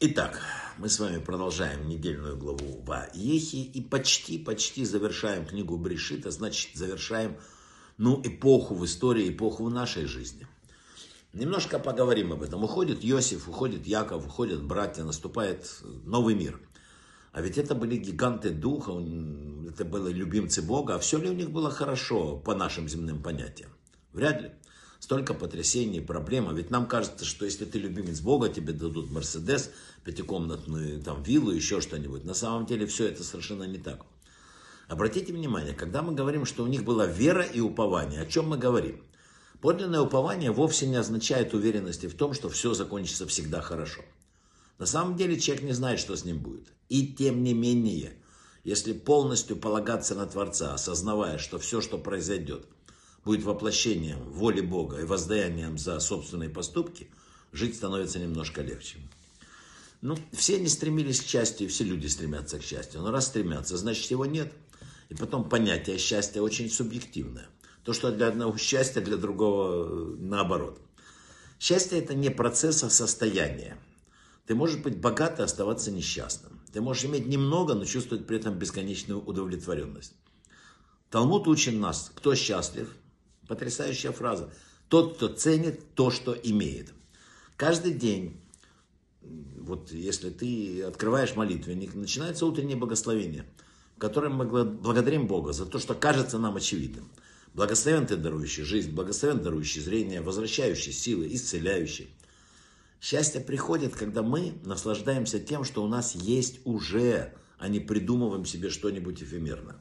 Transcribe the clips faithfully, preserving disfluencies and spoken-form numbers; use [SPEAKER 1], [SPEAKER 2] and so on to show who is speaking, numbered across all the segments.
[SPEAKER 1] Итак, мы с вами продолжаем недельную главу Ваехи и почти-почти завершаем книгу Брешит, а значит завершаем ну, эпоху в истории, эпоху в нашей жизни. Немножко поговорим об этом. Уходит Иосиф, уходит Яков, уходят братья, наступает новый мир. А ведь это были гиганты духа, это были любимцы Бога. А все ли у них было хорошо по нашим земным понятиям? Вряд ли. Столько потрясений, проблем. А ведь нам кажется, что если ты любимец Бога, тебе дадут Мерседес, пятикомнатную там, виллу, еще что-нибудь. На самом деле все это совершенно не так. Обратите внимание, когда мы говорим, что у них была вера и упование, о чем мы говорим? Подлинное упование вовсе не означает уверенности в том, что все закончится всегда хорошо. На самом деле человек не знает, что с ним будет. И тем не менее, если полностью полагаться на Творца, осознавая, что все, что произойдет, будет воплощением воли Бога и воздаянием за собственные поступки, жить становится немножко легче. Ну, все не стремились к счастью, все люди стремятся к счастью. Но раз стремятся, значит его нет. И потом понятие счастья очень субъективное. То, что для одного счастья, для другого наоборот. Счастье это не процесс, а состояние. Ты можешь быть богат и оставаться несчастным. Ты можешь иметь немного, но чувствовать при этом бесконечную удовлетворенность. Талмуд учит нас, кто счастлив. Потрясающая фраза. Тот, кто ценит то, что имеет. Каждый день, вот если ты открываешь молитвенник, начинается утреннее благословение, в котором мы благодарим Бога за то, что кажется нам очевидным. Благословен ты, дарующий жизнь, благословен дарующий зрение, возвращающий силы, исцеляющий. Счастье приходит, когда мы наслаждаемся тем, что у нас есть уже, а не придумываем себе что-нибудь эфемерное.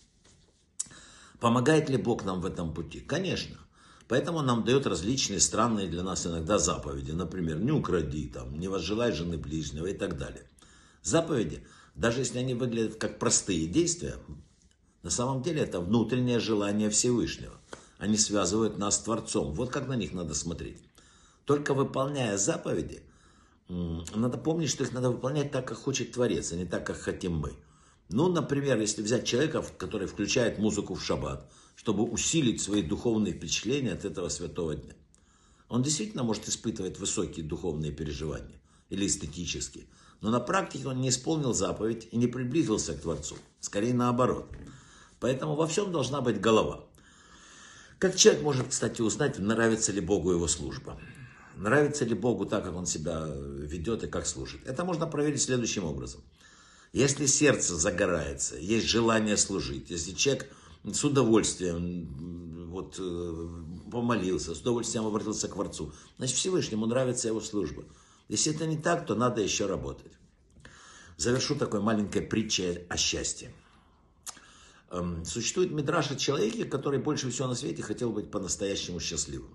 [SPEAKER 1] Помогает ли Бог нам в этом пути? Конечно. Поэтому нам дает различные странные для нас иногда заповеди. Например, не укради, там, не возжелай жены ближнего и так далее. Заповеди, даже если они выглядят как простые действия, на самом деле это внутреннее желание Всевышнего. Они связывают нас с Творцом. Вот как на них надо смотреть. Только выполняя заповеди, надо помнить, что их надо выполнять так, как хочет Творец, а не так, как хотим мы. Ну, например, если взять человека, который включает музыку в шаббат, чтобы усилить свои духовные впечатления от этого святого дня. Он действительно может испытывать высокие духовные переживания или эстетические. Но на практике он не исполнил заповедь и не приблизился к Творцу. Скорее наоборот. Поэтому во всем должна быть голова. Как человек может, кстати, узнать, нравится ли Богу его служба? Нравится ли Богу так, как он себя ведет и как служит? Это можно проверить следующим образом. Если сердце загорается, есть желание служить, если человек с удовольствием вот, помолился, с удовольствием обратился к Творцу, значит Всевышнему нравится его служба. Если это не так, то надо еще работать. Завершу такой маленькой притчей о счастье. Существует мидраш о человеке, который больше всего на свете хотел быть по-настоящему счастливым.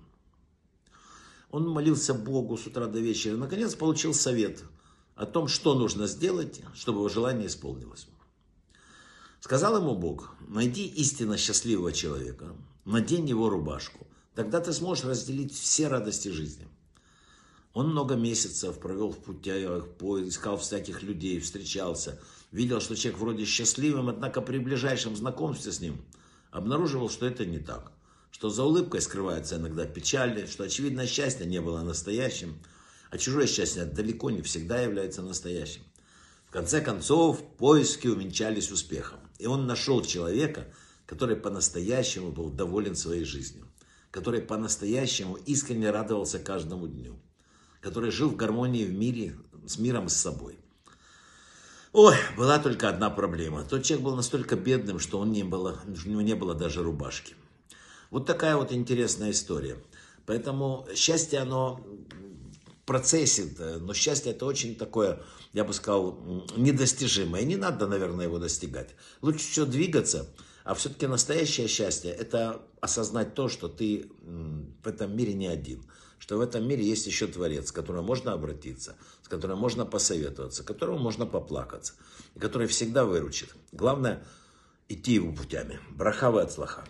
[SPEAKER 1] Он молился Богу с утра до вечера и, наконец, получил совет о том, что нужно сделать, чтобы его желание исполнилось. Сказал ему Бог: найди истинно счастливого человека, надень его рубашку, тогда ты сможешь разделить все радости жизни. Он много месяцев провел в путях, искал всяких людей, встречался, видел, что человек вроде счастливым, однако при ближайшем знакомстве с ним обнаруживал, что это не так, что за улыбкой скрывается иногда печаль, что очевидное счастье не было настоящим, а чужое счастье далеко не всегда является настоящим. В конце концов, поиски увенчались успехом. И он нашел человека, который по-настоящему был доволен своей жизнью, который по-настоящему искренне радовался каждому дню, который жил в гармонии в мире, с миром с собой. Ой, была только одна проблема. Тот человек был настолько бедным, что он не было, у него не было даже рубашки. Вот такая вот интересная история. Поэтому счастье, оно в процессе, но счастье это очень такое, я бы сказал, недостижимое. И не надо, наверное, его достигать. Лучше все двигаться, а все-таки настоящее счастье это осознать то, что ты в этом мире не один. Что в этом мире есть еще Творец, к которому можно обратиться, с которым можно посоветоваться, к которому можно поплакаться, и который всегда выручит. Главное идти его путями. Браха ве ацлаха.